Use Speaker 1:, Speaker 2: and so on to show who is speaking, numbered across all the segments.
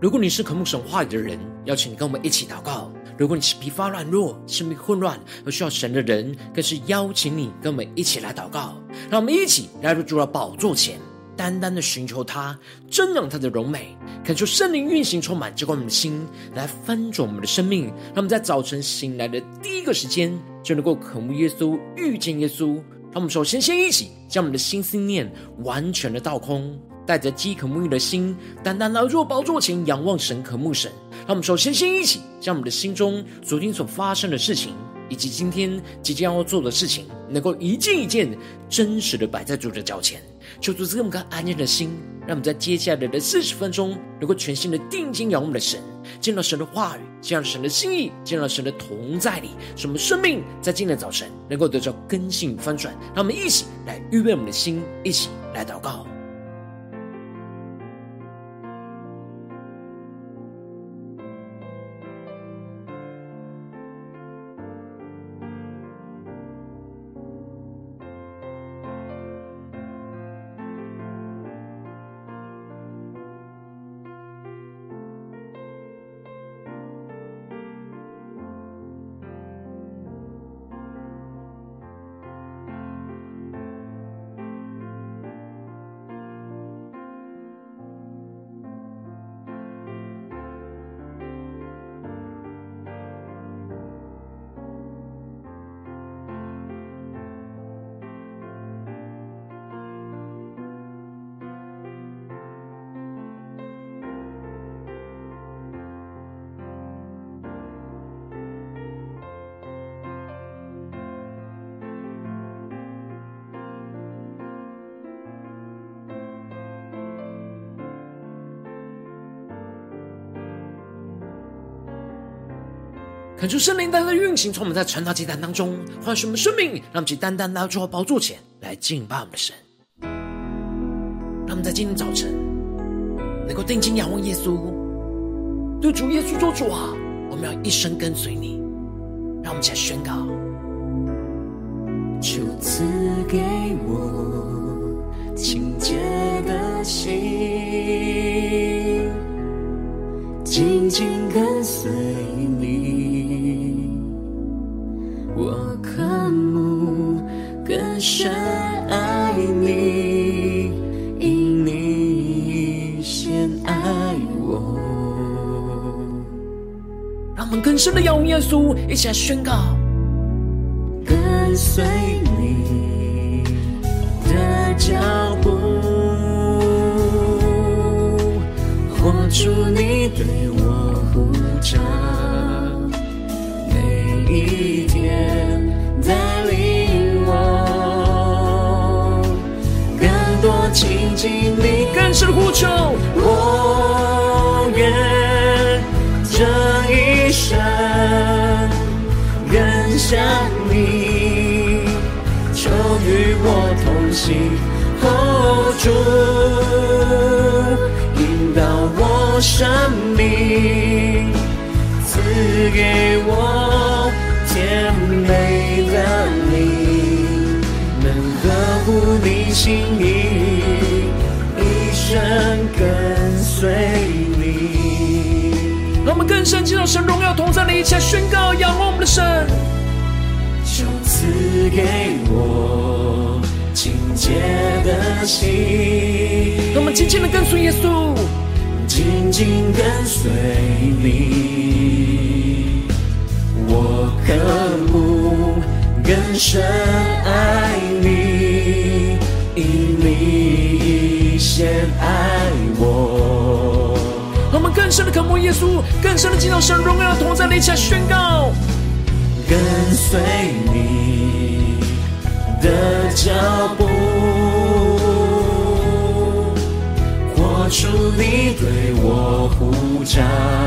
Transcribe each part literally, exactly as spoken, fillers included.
Speaker 1: 如果你是渴慕神话语的人，邀请你跟我们一起祷告。如果你是疲乏软弱、生命混乱而需要神的人，更是邀请你跟我们一起来祷告。让我们一起来入主到宝座前，单单的寻求他，瞻仰他的荣美，恳求圣灵运行充满浇灌我们的心，来翻转我们的生命。让我们在早晨醒来的第一个时间，就能够渴慕耶稣，遇见耶稣。让我们首先先一起将我们的心思念完全的倒空，带着饥渴沐浴的心，单单来到宝座前仰望神，渴慕神。让我们首先先一起将我们的心中昨天所发生的事情，以及今天即将要做的事情，能够一件一件真实的摆在主的脚前，求主赐给我们个安静的心，让我们在接下来的四十分钟能够全心的定睛仰望我们的神，见到神的话语，见到神的心意，见到神的同在里，使我们生命在今天的早晨能够得到更新翻转。让我们一起来预备我们的心，一起来祷告。恳求圣灵单单运行，从我们在晨祷祭坛当中唤醒我们生命，让我们去单单来到宝座前来敬拜我们的神。让我们在今天早晨能够定睛仰望耶稣，对主耶稣说：主啊，我们要一生跟随你。让我们一起来宣告：
Speaker 2: 求赐给我清洁的心，紧紧跟随你。我渴慕更深爱你，因你先爱我。
Speaker 1: 让我们更深的仰望耶稣，一起来宣告：
Speaker 2: 跟随你的脚步，活出你对我呼召，每一天带领我更多亲近你。
Speaker 1: 更深的呼求，
Speaker 2: 我愿这一生更像你，求与我同行，哦主，引导我生命，赐给我甜美的你，能合乎你心意，一生跟随你。
Speaker 1: 让我们更深进到神荣耀同在的一起来宣告仰望我们的神。
Speaker 2: 求赐给我清洁的心，
Speaker 1: 让我们紧紧的跟随耶稣，
Speaker 2: 紧紧跟随你。我渴慕更深爱你，因你先爱我。
Speaker 1: 让我们更深的渴慕耶稣，更深的进到神荣耀同在的一起来宣告：
Speaker 2: 跟随你的脚步，活出你对我呼召，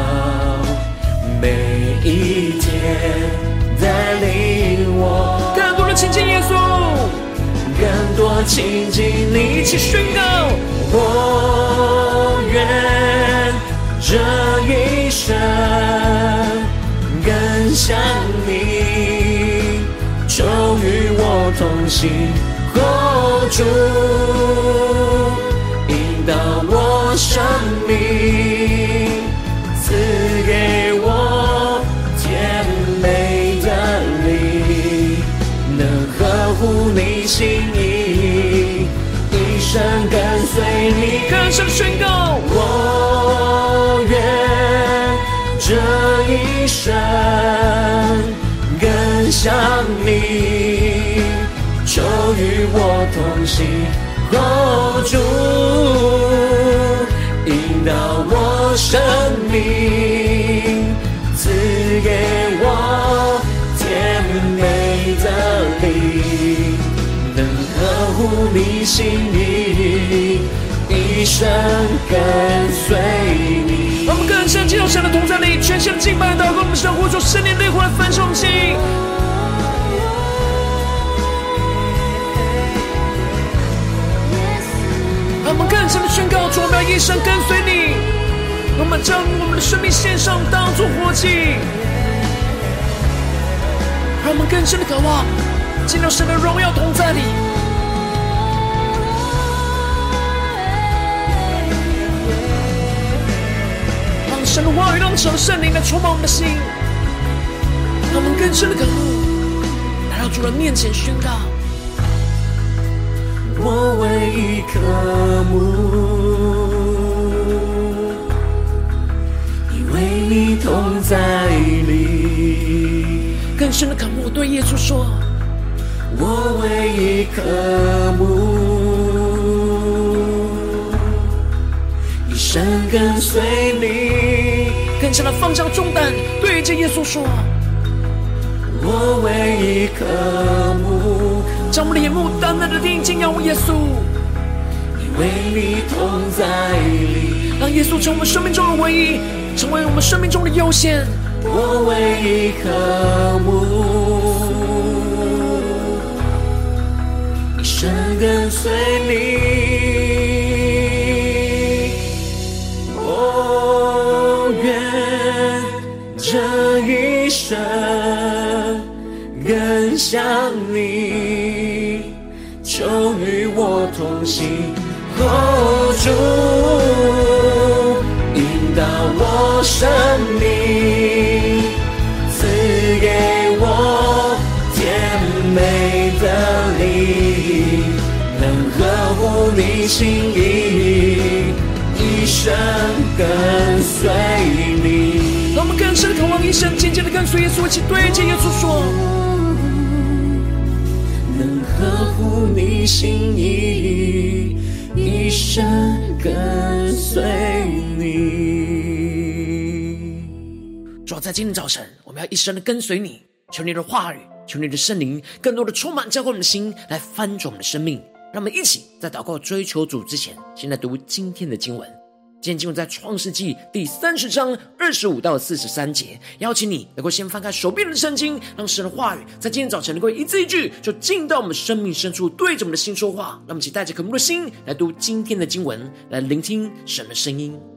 Speaker 2: 每一天带领我
Speaker 1: 更多的亲近耶稣，
Speaker 2: 更多亲近你。
Speaker 1: 一起宣告：
Speaker 2: 我愿这一生更像你，求与我同行，哦主，引导我生命， 你心意，一生跟随你。
Speaker 1: 更深宣告，
Speaker 2: 我愿这一生更像你，求与我同行。哦，主引导我生命，赐给我甜美的灵，能合乎你心意，一生跟随你。
Speaker 1: 让我们更深进入神的同在里，全心的敬拜祷告，我们神呼出圣灵烈火来焚烧我们心。让我们更深的宣告，主，我们要一生跟随你。让我们将我们的生命献上，当作活祭。让我们更深的渴望进入神的荣耀同在里。让神的话语，让神的圣灵来充满我们的心。让我们更深的渴慕来到主的面前宣告，
Speaker 2: 我唯一渴慕，因为你同在里。
Speaker 1: 更深的渴慕，对耶稣说，
Speaker 2: 我唯一渴慕，一生跟随你。
Speaker 1: 更深的放下重担，对着耶稣说，
Speaker 2: 我唯一渴慕，
Speaker 1: 将我们的眼目单单的定睛仰望耶稣，
Speaker 2: 因为你同在里。
Speaker 1: 让耶稣成为我们生命中的唯一，成为我们生命中的优先。
Speaker 2: 我唯一渴慕，一生跟随你。哦，愿这一生更像你，求与我同行。哦，主引导我生命，赐给我甜美的灵，能合乎你心意，一生跟随你。
Speaker 1: 让我们更深的渴望一生紧紧的跟随耶稣，一起对着耶稣说，
Speaker 2: 能合乎你心意，一生跟随你。
Speaker 1: 主要在今天早晨，我们要一生的跟随你，求你的话语，求你的圣灵更多的充满浇灌我们的心，来翻转我们的生命。让我们一起在祷告追求主之前，先来读今天的经文。今天经文在创世纪第三十章二十五到四十三节，邀请你能够先翻开手边的圣经，让神的话语在今天早晨能够一字一句就进到我们生命深处，对着我们的心说话。让我们一起带着渴慕的心来读今天的经文，来聆听神的声音。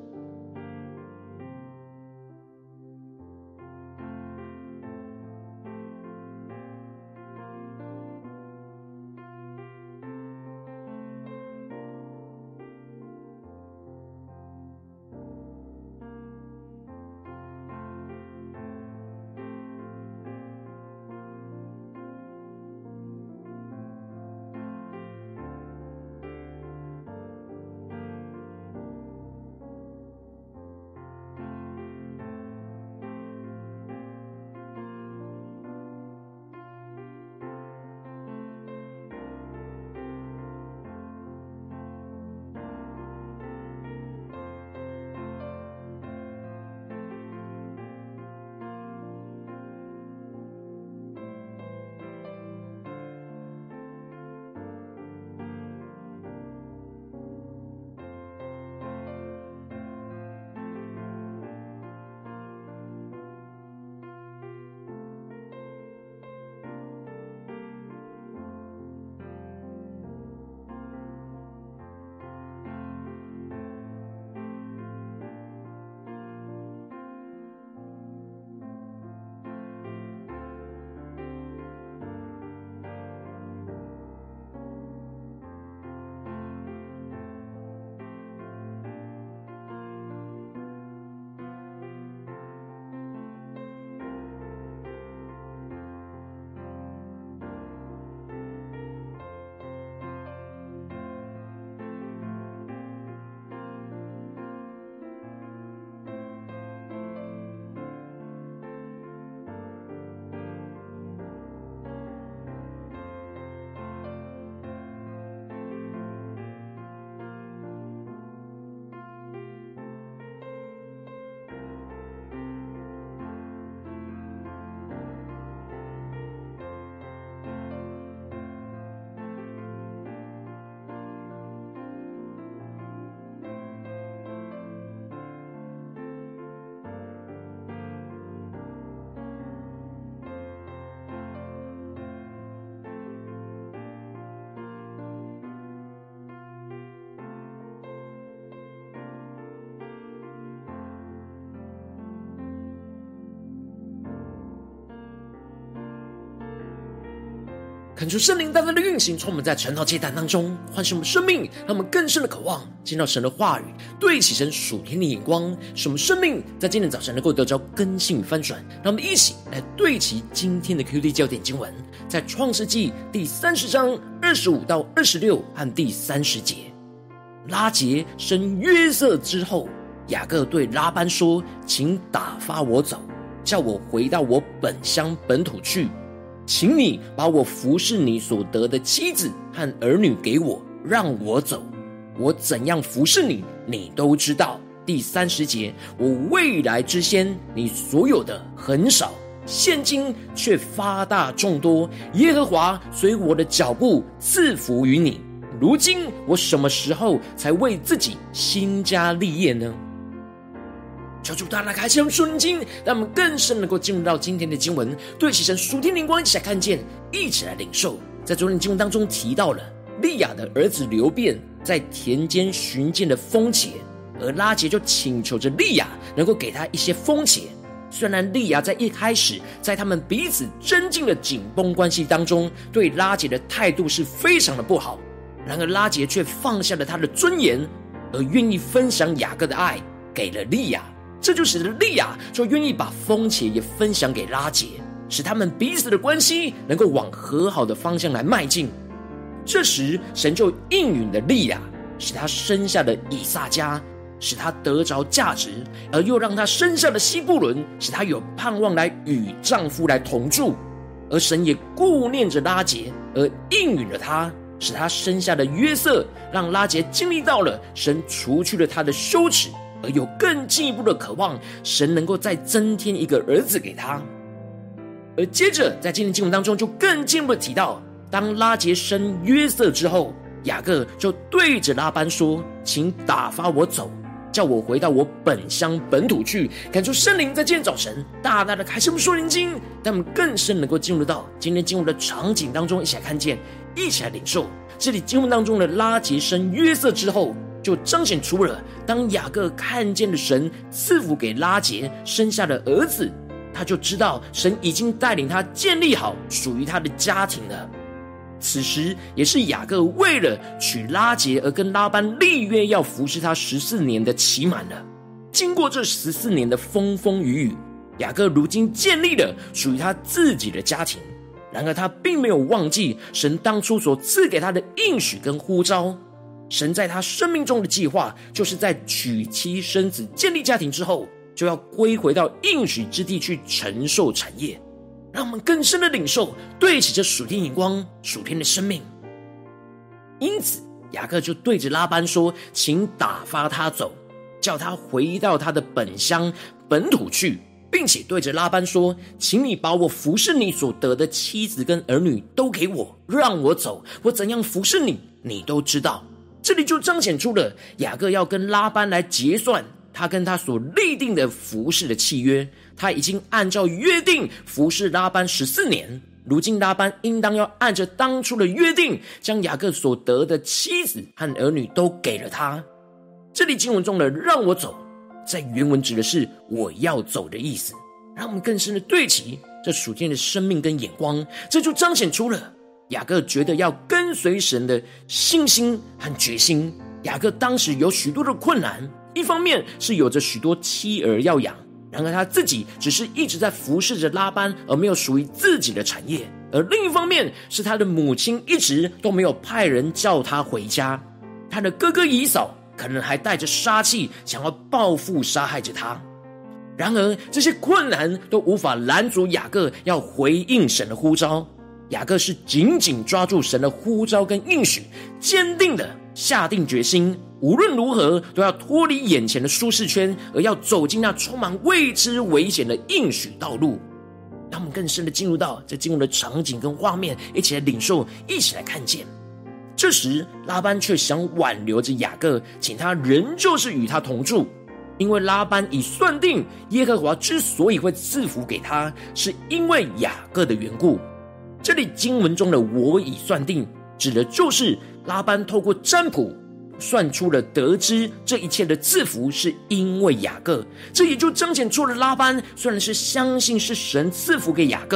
Speaker 1: 恳求圣灵大大的运行，充满在晨祷祭坛当中，唤醒我们生命，让我们更深的渴望见到神的话语，对齐神属天的眼光，使我们生命在今天早晨能够得着更新与翻转。让我们一起来对齐今天的 Q D 焦点经文，在创世纪第三十章二十五到二十六和第三十节。拉结生约瑟之后，雅各对拉班说：请打发我走，叫我回到我本乡本土去，请你把我服侍你所得的妻子和儿女给我，让我走。我怎样服侍你，你都知道。第三十节，我未来之先，你所有的很少，现今却发大众多。耶和华随我的脚步赐福于你。如今我什么时候才为自己兴家立业呢？求主大大开启我们属灵经，让我们更深能够进入到今天的经文，对齐神属天灵光，一起来看见，一起来领受。在昨天经文当中提到了利亚的儿子流便在田间寻见的风茄，而拉结就请求着利亚能够给他一些风茄。虽然利亚在一开始在他们彼此增进的紧绷关系当中，对拉结的态度是非常的不好，然而拉结却放下了他的尊严，而愿意分享雅各的爱给了利亚。这就使得利亚就愿意把风茄也分享给拉结，使他们彼此的关系能够往和好的方向来迈进。这时神就应允了利亚，使他生下了以撒迦，使他得着价值，而又让他生下了西布伦，使他有盼望来与丈夫来同住。而神也顾念着拉结，而应允了他，使他生下了约瑟，让拉结经历到了神除去了他的羞耻，而有更进一步的渴望，神能够再增添一个儿子给他。而接着在今天经文当中就更进一步的提到，当拉结生约瑟之后，雅各就对着拉班说：请打发我走，叫我回到我本乡本土去。感受圣灵在今天早晨大大的开启我们属灵经，让我们更深能够进入到今天经文的场景当中，一起来看见，一起来领受。这里经文当中的拉结生约瑟之后，就彰显出了当雅各看见了神赐福给拉结生下的儿子，他就知道神已经带领他建立好属于他的家庭了。此时也是雅各为了娶拉结而跟拉班立约，要服侍他十四年的期满了。经过这十四年的风风雨雨，雅各如今建立了属于他自己的家庭。然而他并没有忘记神当初所赐给他的应许跟呼召。神在他生命中的计划，就是在娶妻生子建立家庭之后，就要归回到应许之地去承受产业。让我们更深的领受，对齐着属天眼光，属天的生命。因此雅各就对着拉班说：请打发他走，叫他回到他的本乡本土去，并且对着拉班说：请你把我服侍你所得的妻子跟儿女都给我，让我走。我怎样服侍你，你都知道。这里就彰显出了雅各要跟拉班来结算他跟他所立定的服侍的契约。他已经按照约定服侍拉班十四年，如今拉班应当要按着当初的约定，将雅各所得的妻子和儿女都给了他。这里经文中的让我走，在原文指的是我要走的意思。让我们更深的对齐这属天的生命跟眼光，这就彰显出了雅各觉得要跟随神的信心和决心。雅各当时有许多的困难，一方面是有着许多妻儿要养，然而他自己只是一直在服侍着拉班，而没有属于自己的产业。而另一方面是他的母亲一直都没有派人叫他回家，他的哥哥以扫可能还带着杀气，想要报复杀害着他。然而这些困难都无法拦阻雅各要回应神的呼召。雅各是紧紧抓住神的呼召跟应许，坚定的下定决心，无论如何都要脱离眼前的舒适圈，而要走进那充满未知危险的应许道路。让我们更深的进入到这经文的场景跟画面，一起来领受，一起来看见。这时拉班却想挽留着雅各，请他仍旧是与他同住，因为拉班已算定耶和华之所以会赐福给他，是因为雅各的缘故。这里经文中的我已算定，指的就是拉班透过占卜算出了得知这一切的赐福是因为雅各。这也就彰显出了拉班虽然是相信是神赐福给雅各，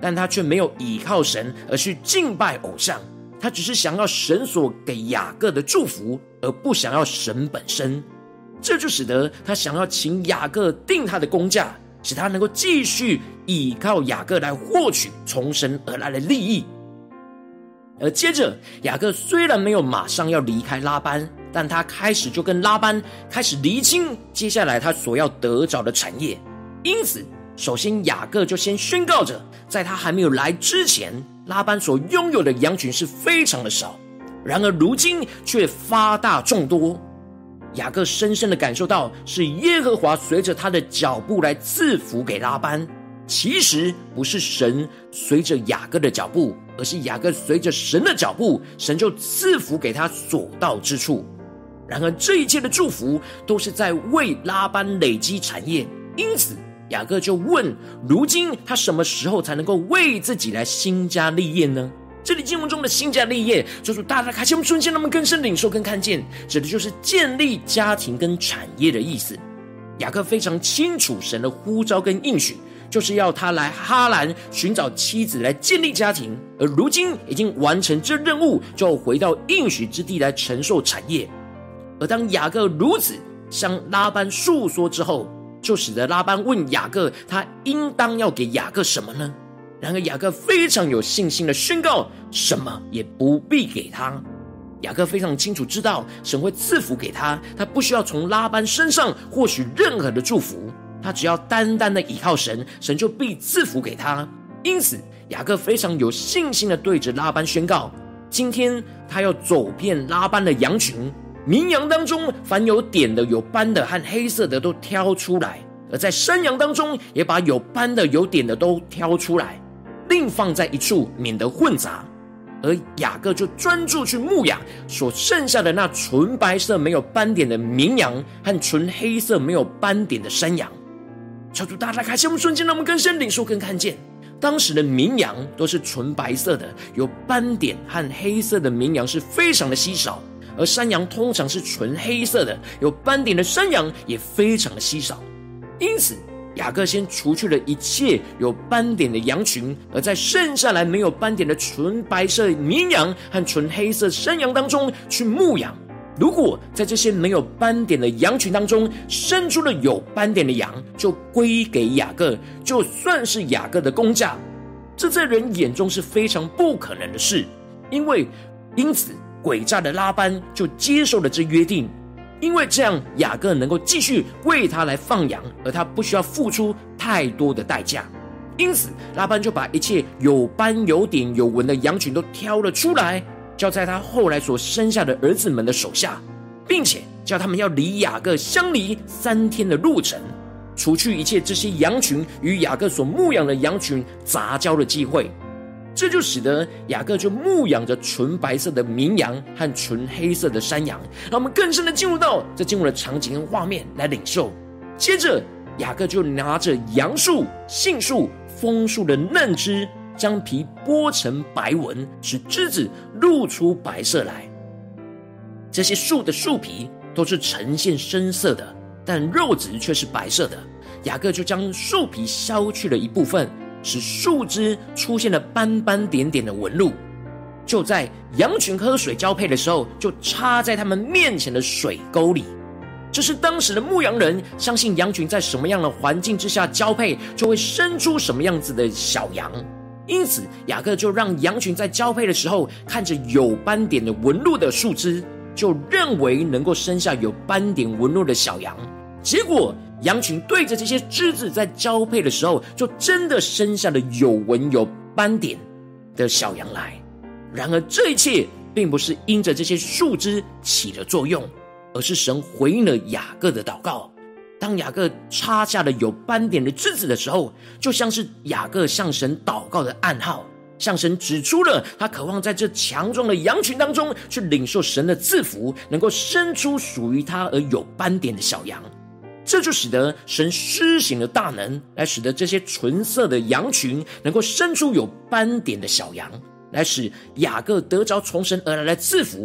Speaker 1: 但他却没有倚靠神而去敬拜偶像，他只是想要神所给雅各的祝福，而不想要神本身。这就使得他想要请雅各定他的工价，使他能够继续倚靠雅各来获取从神而来的利益。而接着雅各虽然没有马上要离开拉班，但他开始就跟拉班开始厘清接下来他所要得着的产业。因此首先雅各就先宣告着，在他还没有来之前，拉班所拥有的羊群是非常的少，然而如今却发大众多。雅各深深的感受到是耶和华随着他的脚步来赐福给拉班，其实不是神随着雅各的脚步，而是雅各随着神的脚步，神就赐福给他所到之处。然而这一切的祝福都是在为拉班累积产业，因此雅各就问，如今他什么时候才能够为自己来兴家立业呢？这里经文中的兴家立业，就是大家开启我们瞬间，让我们更深领受跟看见，指的就是建立家庭跟产业的意思。雅各非常清楚神的呼召跟应许，就是要他来哈兰寻找妻子来建立家庭，而如今已经完成这任务，就回到应许之地来承受产业。而当雅各如此向拉班述说之后，就使得拉班问雅各，他应当要给雅各什么呢？然而雅各非常有信心的宣告，什么也不必给他。雅各非常清楚知道神会赐福给他，他不需要从拉班身上获取任何的祝福，他只要单单的依靠神，神就必赐福给他。因此雅各非常有信心的对着拉班宣告，今天他要走遍拉班的羊群，绵羊当中凡有点的有斑的和黑色的都挑出来，而在山羊当中也把有斑的有点的都挑出来，另放在一处，免得混杂。而雅各就专注去牧养所剩下的那纯白色没有斑点的绵羊和纯黑色没有斑点的山羊。求主大大开启我们瞬间，让我们更深领受更看见，当时的绵羊都是纯白色的，有斑点和黑色的绵羊是非常的稀少，而山羊通常是纯黑色的，有斑点的山羊也非常的稀少。因此雅各先除去了一切有斑点的羊群，而在剩下来没有斑点的纯白色绵羊和纯黑色山羊当中去牧养。如果在这些没有斑点的羊群当中生出了有斑点的羊，就归给雅各，就算是雅各的工价。这在人眼中是非常不可能的事，因为因此诡诈的拉班就接受了这约定，因为这样雅各能够继续为他来放羊，而他不需要付出太多的代价。因此拉班就把一切有斑有点有纹的羊群都挑了出来，交在他后来所生下的儿子们的手下，并且叫他们要离雅各相离三天的路程，除去一切这些羊群与雅各所牧养的羊群杂交的机会。这就使得雅各就牧养着纯白色的绵羊和纯黑色的山羊，让我们更深的进入到这进入的场景和画面来领受。接着雅各就拿着杨树、杏树、枫树的嫩枝，将皮剥成白纹，使枝子露出白色来。这些树的树皮都是呈现深色的，但肉质却是白色的。雅各就将树皮削去了一部分，使树枝出现了斑斑点点的纹路，就在羊群喝水交配的时候，就插在他们面前的水沟里。这是当时的牧羊人相信羊群在什么样的环境之下交配，就会生出什么样子的小羊。因此雅各就让羊群在交配的时候看着有斑点的纹路的树枝，就认为能够生下有斑点纹路的小羊。结果羊群对着这些枝子在交配的时候，就真的生下了有纹有斑点的小羊来。然而这一切并不是因着这些树枝起了作用，而是神回应了雅各的祷告。当雅各插下了有斑点的枝子的时候，就像是雅各向神祷告的暗号，向神指出了他渴望在这强壮的羊群当中去领受神的赐福，能够生出属于他而有斑点的小羊。这就使得神施行了大能，来使得这些纯色的羊群能够生出有斑点的小羊，来使雅各得着从神而来的赐福。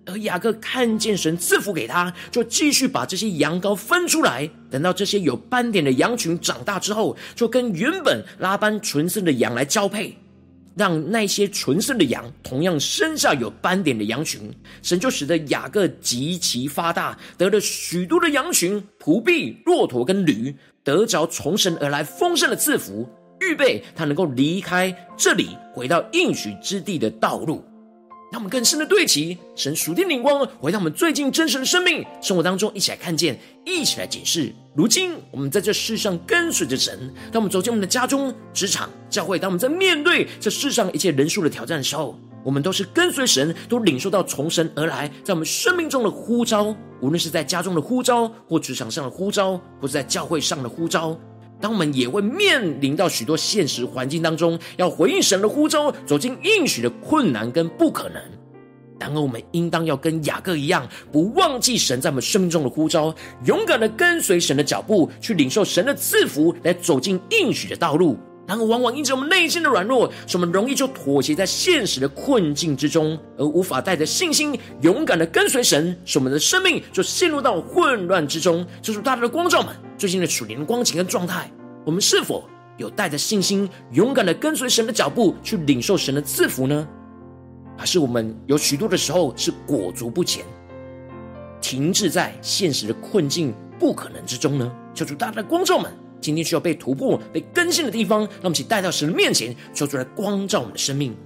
Speaker 1: 而雅各看见神赐福给他，就继续把这些羊羔分出来。等到这些有斑点的羊群长大之后，就跟原本拉班纯色的羊来交配，让那些纯色的羊同样生下有斑点的羊群。神就使得雅各极其发大，得了许多的羊群、仆婢、骆驼跟驴，得着从神而来丰盛的赐福，预备他能够离开这里，回到应许之地的道路。让我们更深的对齐神属天灵光，回到我们最近真实的生命生活当中，一起来看见，一起来检视。如今我们在这世上跟随着神，当我们走进我们的家中、职场、教会，当我们在面对这世上一切人数的挑战的时候，我们都是跟随神，都领受到从神而来在我们生命中的呼召，无论是在家中的呼召，或职场上的呼召，或是在教会上的呼召。当我们也会面临到许多现实环境当中，要回应神的呼召，走进应许的困难跟不可能。然而我们应当要跟雅各一样，不忘记神在我们生命中的呼召，勇敢的跟随神的脚步，去领受神的赐福，来走进应许的道路。然而往往因着我们内心的软弱，使我们容易就妥协在现实的困境之中，而无法带着信心勇敢的跟随神，使我们的生命就陷入到混乱之中。这是大大的光照们最近的属灵的光景跟状态，我们是否有带着信心勇敢的跟随神的脚步，去领受神的赐福呢？还是我们有许多的时候是裹足不前，停滞在现实的困境不可能之中呢？求主大大的光照们今天需要被突破、被更新的地方，让我们一起带到神的面前，求主来光照我们的生命。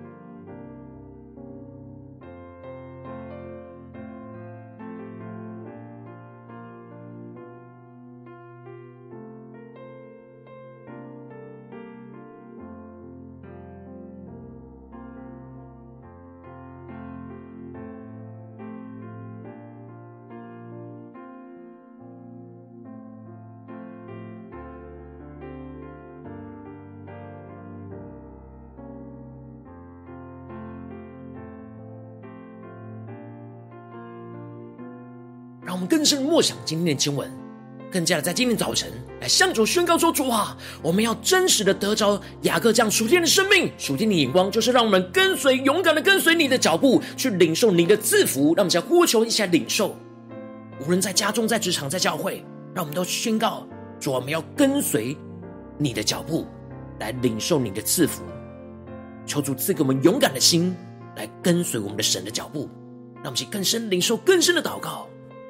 Speaker 1: 让我们更深默想今天的经文，更加的在今天早晨来向主宣告说：主啊，我们要真实的得着雅各这样属天的生命，属天的眼光，就是让我们跟随，勇敢的跟随你的脚步，去领受你的赐福。让我们再呼求一下领受，无论在家中、在职场、在教会，让我们都宣告：主，我们要跟随你的脚步，来领受你的赐福。求主赐给我们勇敢的心，来跟随我们的神的脚步。让我们去更深领受更深的祷告。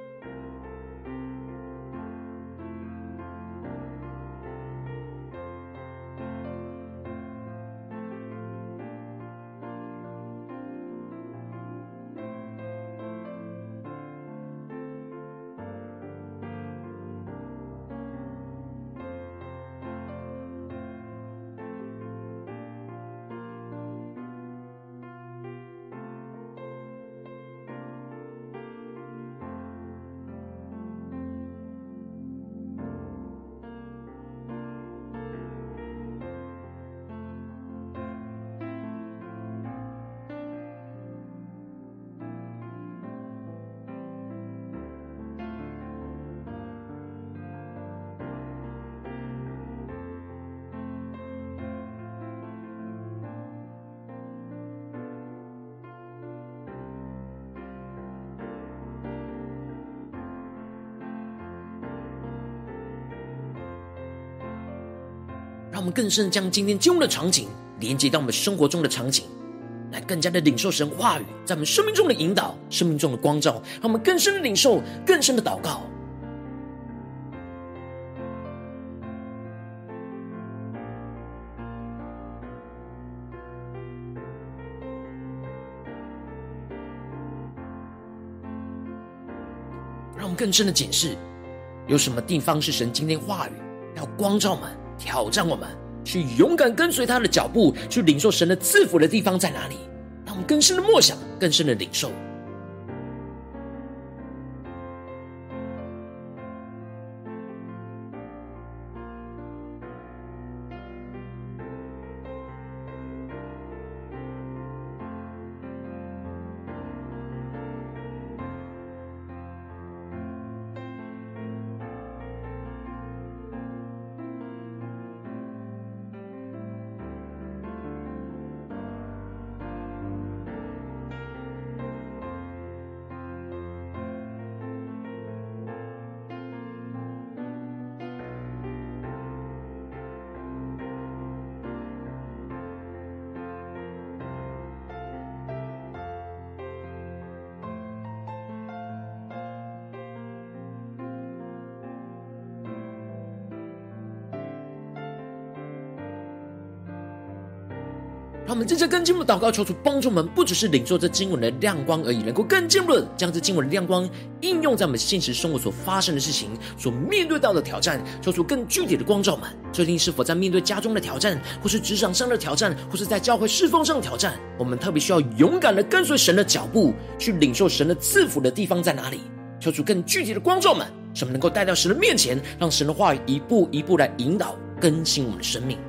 Speaker 1: 让我们更深将今天经文的场景连接到我们生活中的场景，来更加的领受神话语在我们生命中的引导，生命中的光照，让我们更深的领受，更深的祷告。让我们更深的检视，有什么地方是神今天话语要光照我们、挑战我们，去勇敢跟随他的脚步，去领受神的赐福的地方在哪里？让我们更深的默想，更深的领受。 让我们真正更进一步祷告，求主帮助我们，不只是领受这经文的亮光而已，能够更进一步将这经文的亮光应用在我们现实生活所发生的事情，所面对到的挑战，求主更具体的光照我们。最近是否在面对家中的挑战，或是职场上的挑战，或是在教会侍奉上的挑战，我们特别需要勇敢的跟随神的脚步，去领受神的赐福的地方在哪里？求主更具体的光照我们，使我们能够带到神的面前，让神的话语一步一步来引导更新我们的生命。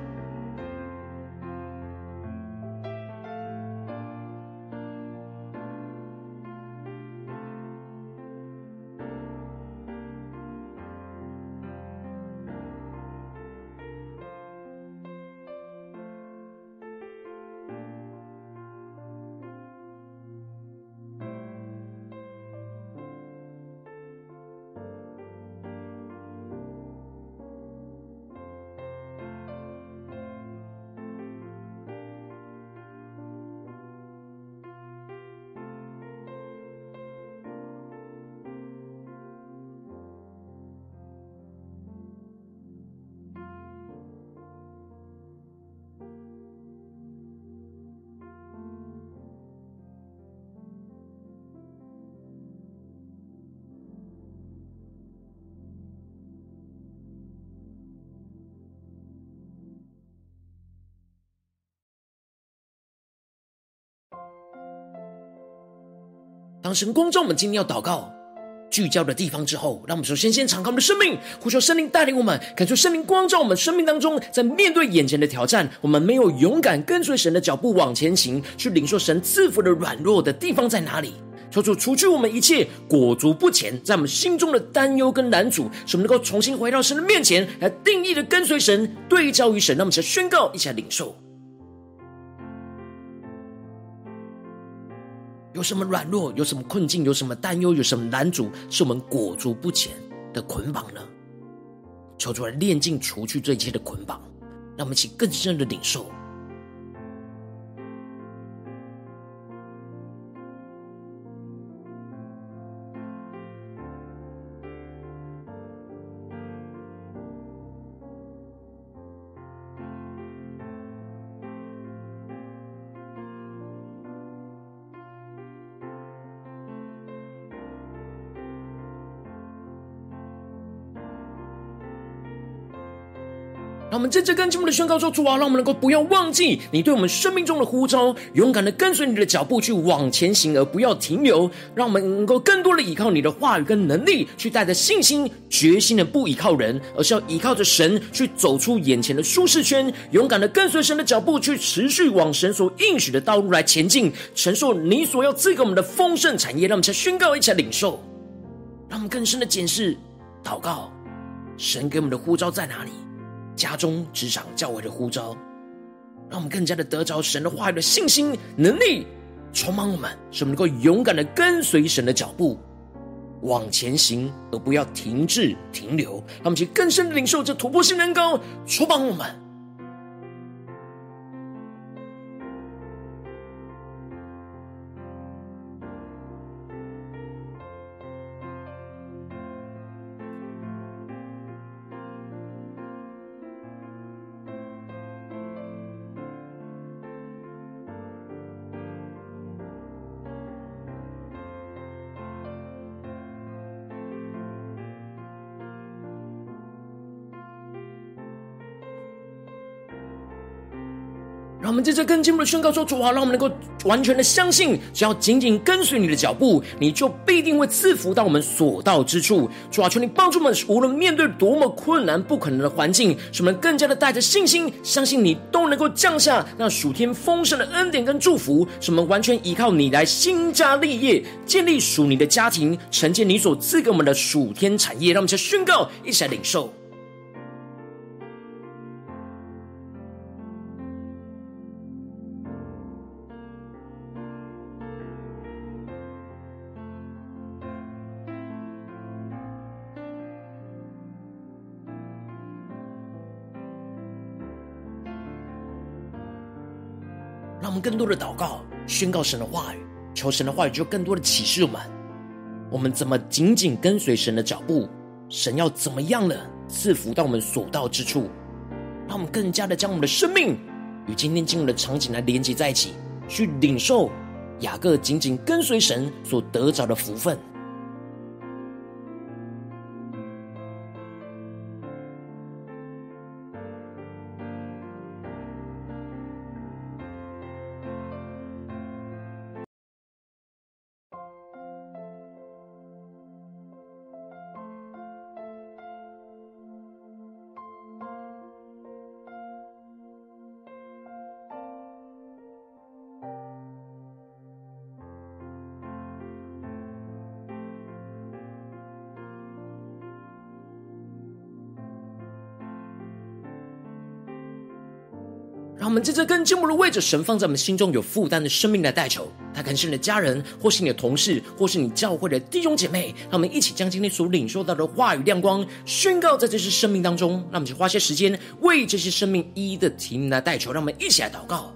Speaker 1: 当神光照我们今天要祷告聚焦的地方之后，让我们首先先敞开我们的生命，呼求圣灵带领我们，感受圣灵光照我们生命当中，在面对眼前的挑战，我们没有勇敢跟随神的脚步往前行，去领受神赐福的软弱的地方在哪里？求主除去我们一切裹足不前在我们心中的担忧跟拦阻，使我们能够重新回到神的面前，来定义的跟随神，对焦于神。让我们一起来宣告，一起来领受。有什么软弱，有什么困境，有什么担忧，有什么拦阻，是我们裹足不前的捆绑呢？求主来炼净除去这一切的捆绑，让我们一起更深的领受。让我们在这更进一步的宣告说，主啊，让我们能够不要忘记你对我们生命中的呼召，勇敢的跟随你的脚步去往前行，而不要停留。让我们能够更多的依靠你的话语跟能力，去带着信心决心的不依靠人，而是要依靠着神去走出眼前的舒适圈，勇敢的跟随神的脚步，去持续往神所应许的道路来前进，承受你所要赐给我们的丰盛产业。让我们一起来宣告，一起来领受，让我们更深的检视祷告，神给我们的呼召在哪里？家中、职场、教会的呼召，让我们更加的得着神的话语的信心、能力，充满我们，使我们能够勇敢的跟随神的脚步往前行，而不要停滞停留。让我们去更深的领受这突破性能高，充满我们。让我们在这更进一步的宣告说，主啊，让我们能够完全的相信，只要紧紧跟随你的脚步，你就必定会赐福到我们所到之处。主啊，求你帮助我们，无论面对多么困难不可能的环境，使我们更加的带着信心，相信你都能够降下那属天丰盛的恩典跟祝福，使我们完全依靠你来兴家立业，建立属你的家庭，承接你所赐给我们的属天产业。让我们一起宣告，一起来领受。让我们更多的祷告，宣告神的话语，求神的话语就更多的启示我们，我们怎么紧紧跟随神的脚步，神要怎么样的赐福到我们所到之处。让我们更加的将我们的生命与今天经文的场景来连接在一起，去领受雅各紧紧跟随神所得着的福分。让我们在这更进一步的为着神放在我们心中有负担的生命来代求，他可能是你的家人，或是你的同事，或是你教会的弟兄姐妹。让我们一起将今天所领受到的话语亮光宣告在这些生命当中。让我们去花些时间为这些生命一一的提名来代求。让我们一起来祷告。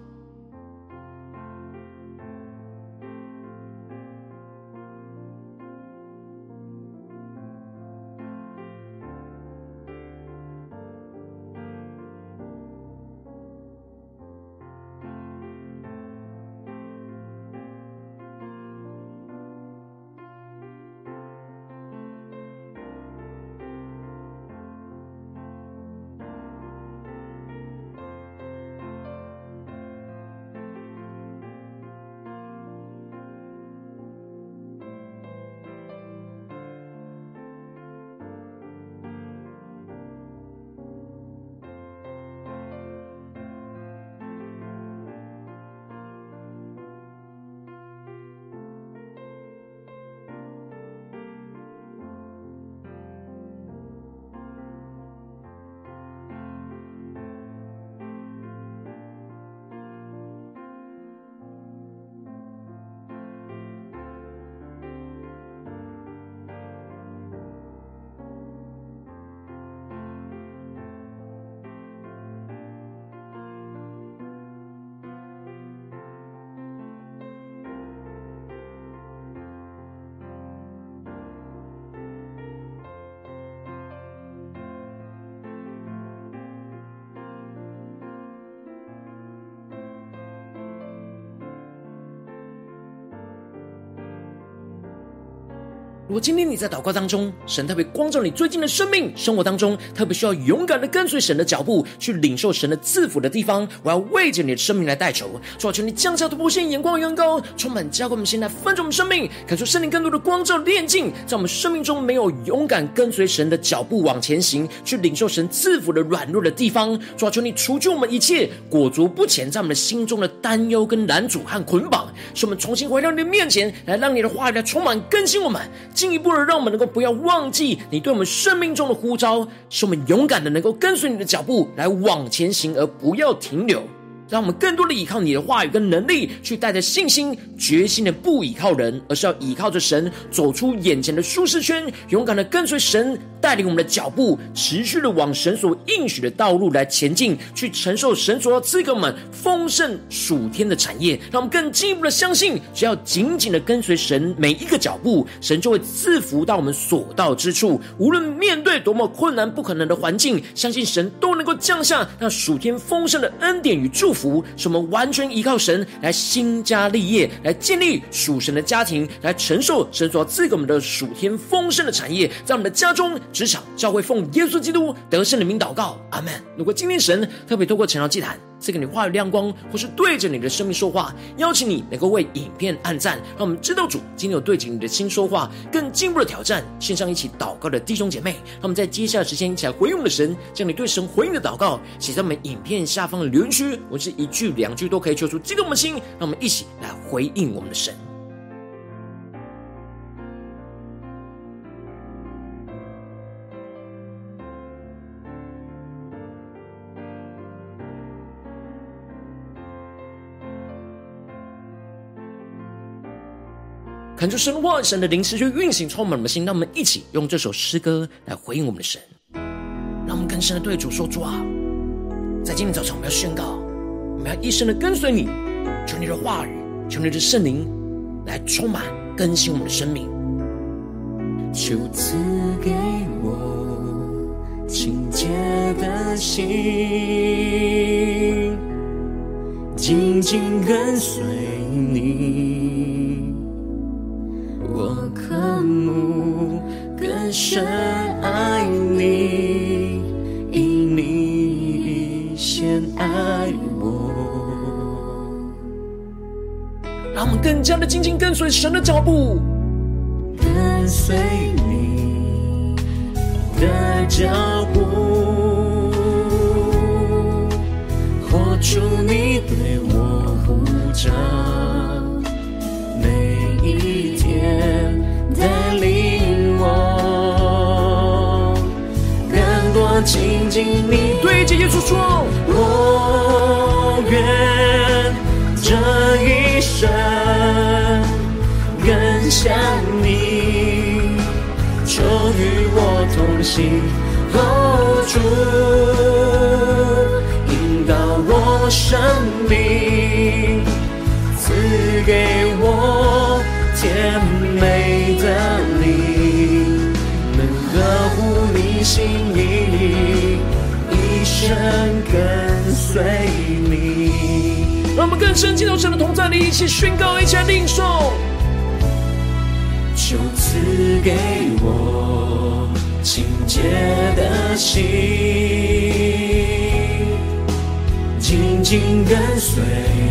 Speaker 1: 如果今天你在祷告当中，神特别光照你最近的生命生活当中，特别需要勇敢的跟随神的脚步，去领受神的赐福的地方，我要为着你的生命来代求。主啊，求你降下突破性眼光远高，充满浇灌我们现在分盛我们生命，感受圣灵更多的光照炼净，在我们生命中没有勇敢跟随神的脚步往前行，去领受神赐福的软弱的地方。主啊，求你除去我们一切裹足不前在我们的心中的担忧跟拦阻和捆绑，使我们重新回到你的面前来，让你的话语来充满更新我们，进一步的让我们能够不要忘记你对我们生命中的呼召，使我们勇敢的能够跟随你的脚步来往前行，而不要停留。让我们更多的依靠你的话语跟能力，去带着信心决心的不依靠人，而是要依靠着神走出眼前的舒适圈，勇敢的跟随神带领我们的脚步，持续的往神所应许的道路来前进，去承受神所要赐给我们丰盛属天的产业。让我们更进一步的相信，只要紧紧的跟随神每一个脚步，神就会赐福到我们所到之处。无论面对多么困难不可能的环境，相信神都能够降下那属天丰盛的恩典与祝福，使我们完全依靠神来兴家立业，来建立属神的家庭，来承受神所赐给我们的属天丰盛的产业，在我们的家中、职场、教会，奉耶稣基督得胜的名祷告，阿们。如果今天神特别透过晨祷祭坛赐给你话语亮光，或是对着你的生命说话，邀请你能够为影片按赞，让我们知道主今天有对着你的心说话，更进一步的挑战线上一起祷告的弟兄姐妹。让我们在接下来的时间一起来回应我们的神，将你对神回应的祷告写在我们影片下方的留言区，我是一句两句都可以求出激动我们的心，让我们一起来回应我们的神。恳求神话神的灵持续运行充满我们的心，让我们一起用这首诗歌来回应我们的神。让我们更深的对主说，主啊，在今天早上我们要宣告，我们要一生的跟随你，求你的话语，求你的圣灵来充满更新我们的生命。
Speaker 2: 求赐给我清洁的心， 紧紧跟随你，我渴慕更深爱你，因你先爱我。
Speaker 1: 让我们更加的紧紧跟随神的脚步，
Speaker 2: 跟随你的脚步，活出你对我呼召，每一天带领我更多亲近你。
Speaker 1: 对着耶稣说，
Speaker 2: 我愿这一生更像你，求与我同行，哦，主引导我生命，赐给我甜美的灵，能合乎你心意，一生跟随你。
Speaker 1: 让我们更深进入神的同在里，一起宣告，一起来领受。
Speaker 2: 就赐给我清洁的心，紧紧跟随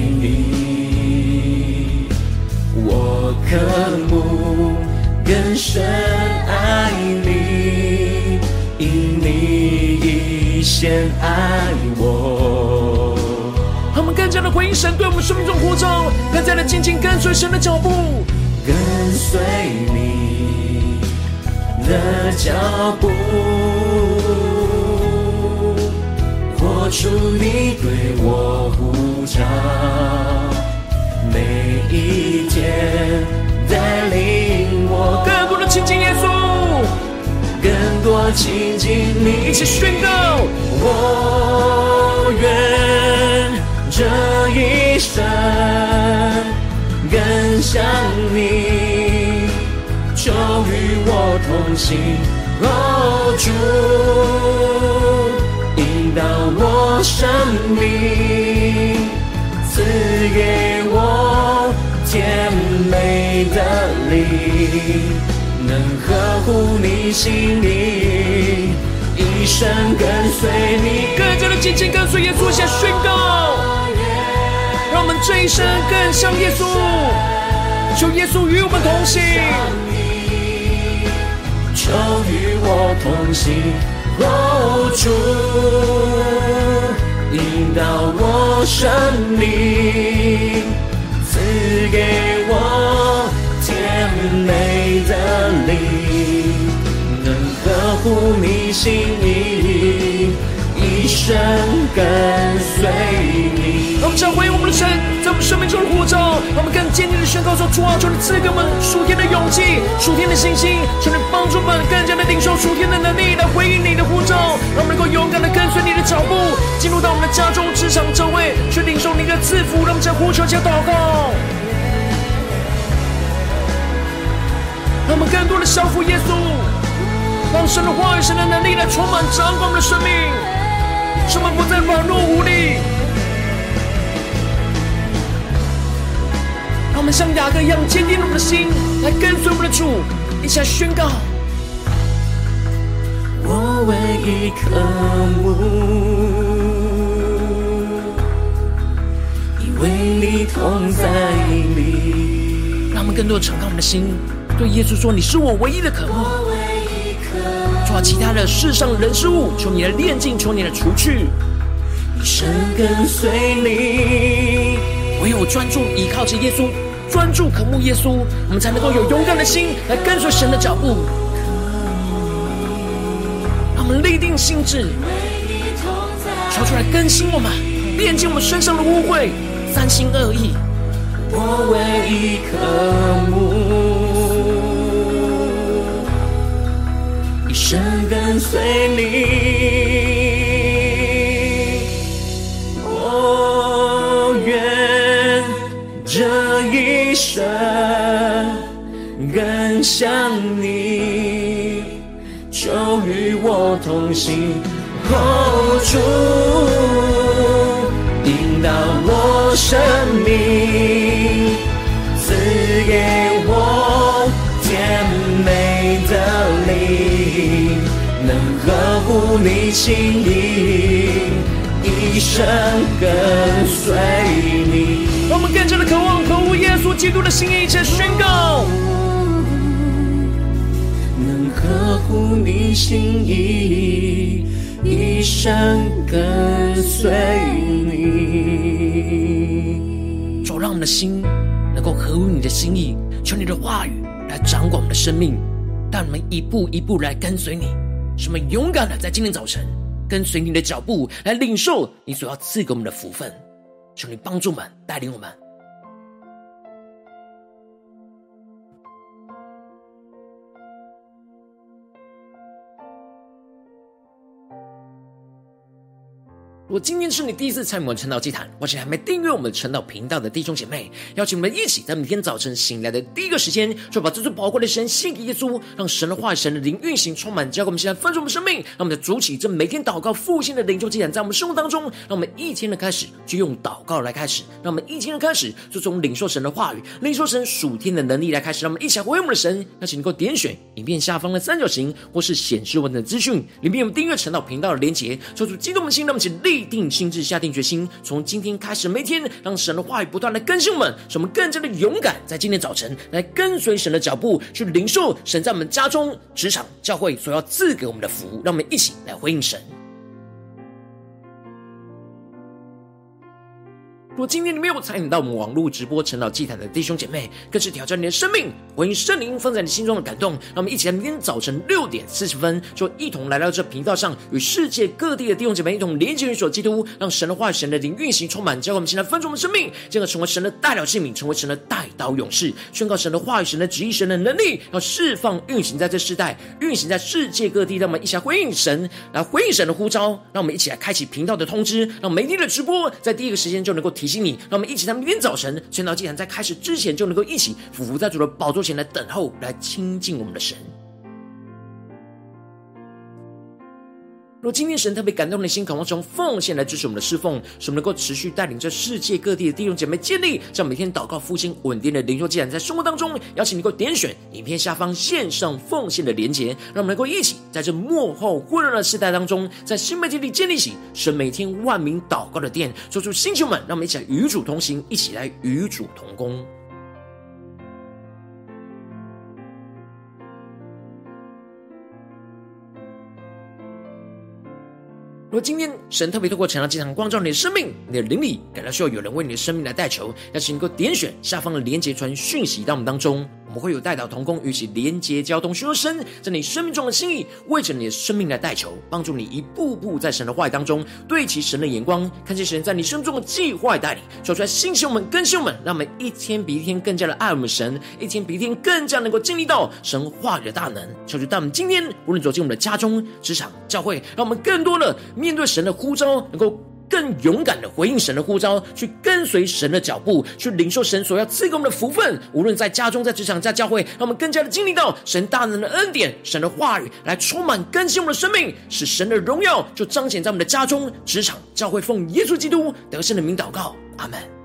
Speaker 2: 你，我渴慕更深爱你，因你已先爱我。
Speaker 1: 他们更加的回应神对我们生命中呼召，更加的紧紧跟随神的脚步，
Speaker 2: 跟随你的脚步，活出你对我呼召，每一天带领我
Speaker 1: 更多的亲近耶稣，
Speaker 2: 更多亲近你。
Speaker 1: 一起宣告，
Speaker 2: 我愿这一生更像你，就与我同行，哦，主引导我生命，赐给我甜美的灵，能合乎你心意，一生跟随你。
Speaker 1: 更加的紧紧跟随耶稣，下宣告，让我们这一生更像耶稣，求耶稣与我们同行，
Speaker 2: 求与我同行，哦，主引导我生命，赐给我甜美的灵，能合乎你心意，一生跟随你。
Speaker 1: 让我们常回应我们的神在我们生命中的呼召，让我们更坚定的宣告说，主啊，求你赐给我们属天的勇气，属天的信心，求你帮助我们更加的领受属天的能力，来回应你的呼召，让我们能够勇敢的跟随你的脚步，进入到我们的家中、职场、教会，去领受你的赐福。让我们将呼求、加祷告，让我们更多的降服耶稣，让神的话语、神的能力来充满掌管我们的生命，使我们不再软弱无力。让我们像雅各一样坚定我们的心，来跟随我们的主，一起来宣告。
Speaker 2: 我唯一渴慕，因为你同在里。
Speaker 1: 让我们更多的敞开我们的心，对耶稣说：“你是我唯一的渴慕。”主啊，其他的世上人事物，求你的炼净，求你的除去。
Speaker 2: 一生跟随你，
Speaker 1: 唯有专注依靠着耶稣，专注渴慕耶稣，我们才能够有勇敢的心来跟随神的脚步。让我们立定心志，求出来更新我们，炼净我们身上的污秽、三心二意。
Speaker 2: 我唯一渴慕，一生跟随你。我愿这一生更像你，就与我同行，哦，主引导我生命，赐给我甜美的灵，能合乎你心意，一生跟随你。
Speaker 1: 让我们更加的渴望合乎耶稣基督的心意，一起宣告，
Speaker 2: 能合乎你心意，一生跟随你。
Speaker 1: 主，让我们的心能够合乎你的心意，求你的话语来掌管我们的生命，带我们一步一步来跟随你，使我们勇敢的在今天早晨跟随你的脚步，来领受你所要赐给我们的福分。求你帮助我们，带领我们。如果今天是你第一次参与我们晨祷祭坛，或是还没订阅我们晨祷频道的弟兄姐妹，邀请我们一起在每天早晨醒来的第一个时间，就把这最宝贵的神献给耶稣，让神的话语、神的灵运行充满，交给我们，现在分盛我们生命。让我们的主起这每天祷告复兴的灵修祭坛在我们生活当中，让我们一天的开始就用祷告来开始，让我们一天的开始就从领受神的话语、领受神属天的能力来开始。让我们一起来回应我们的神。邀请能够点选影片下方的三角形，或是显示文字的资讯里面有订阅晨祷频道的连结，抽出激动的心，让我们一起立定心志，下定决心，从今天开始每天让神的话语不断的更新我们，使我们更加的勇敢，在今天早晨来跟随神的脚步，去领受神在我们家中、职场、教会所要赐给我们的福。让我们一起来回应神。如果今天你没有参与到我们网络直播晨祷祭坛的弟兄姐妹，更是挑战你的生命，回应圣灵放在你心中的感动。让我们一起来明天早晨六点四十分，就一同来到这频道上，与世界各地的弟兄姐妹一同连接于所基督，让神的话语、神的灵运行充满，教会我们现在分盛我们生命，进而成为神的代表器皿，成为神的代祷勇士，宣告神的话语、神的旨意、神的能力，要释放运行在这世代，运行在世界各地。让我们一起来回应神，来回应神的呼召。让我们一起来开启频道的通知，让每天的直播在第一个时间就能够提醒你。让我们一起在明天早晨晨祷祭坛在开始之前，就能够一起俯伏在主的宝座前来等候，来亲近我们的神。若今天神特别感动的心，渴望从奉献来支持我们的侍奉，使我们能够持续带领着世界各地的弟兄姐妹建立这样每天祷告复兴稳定的灵修祭坛，在生活当中邀请你能够点选影片下方线上奉献的连结，让我们能够一起在这末后混乱的时代当中，在新媒体里建立起神每天万名祷告的殿，做出星球们，让我们一起来与主同行，一起来与主同工。如果今天神特别透过晨祷祭坛光照你的生命，你的灵里感到需要有人为你的生命来代求，邀请你能够点选下方的连结传讯息到我们当中，我们会有代祷同工与其连结交通，寻求神在你生命中的心意，为着你的生命来代求，帮助你一步步在神的话语当中对齐神的眼光，看见神在你生命中的计划带领，说出来新秀们更新们，让我们一天比一天更加的爱我们神，一天比一天更加能够经历到神话语的大能。求主带我们今天无论走进我们的家中、职场、教会，让我们更多的面对神的呼召，能够更勇敢的回应神的呼召，去跟随神的脚步，去领受神所要赐给我们的福分。无论在家中、在职场、在教会，让我们更加的经历到神大能的恩典，神的话语来充满更新我们的生命，使神的荣耀就彰显在我们的家中、职场、教会。奉耶稣基督得胜的名祷告，阿们。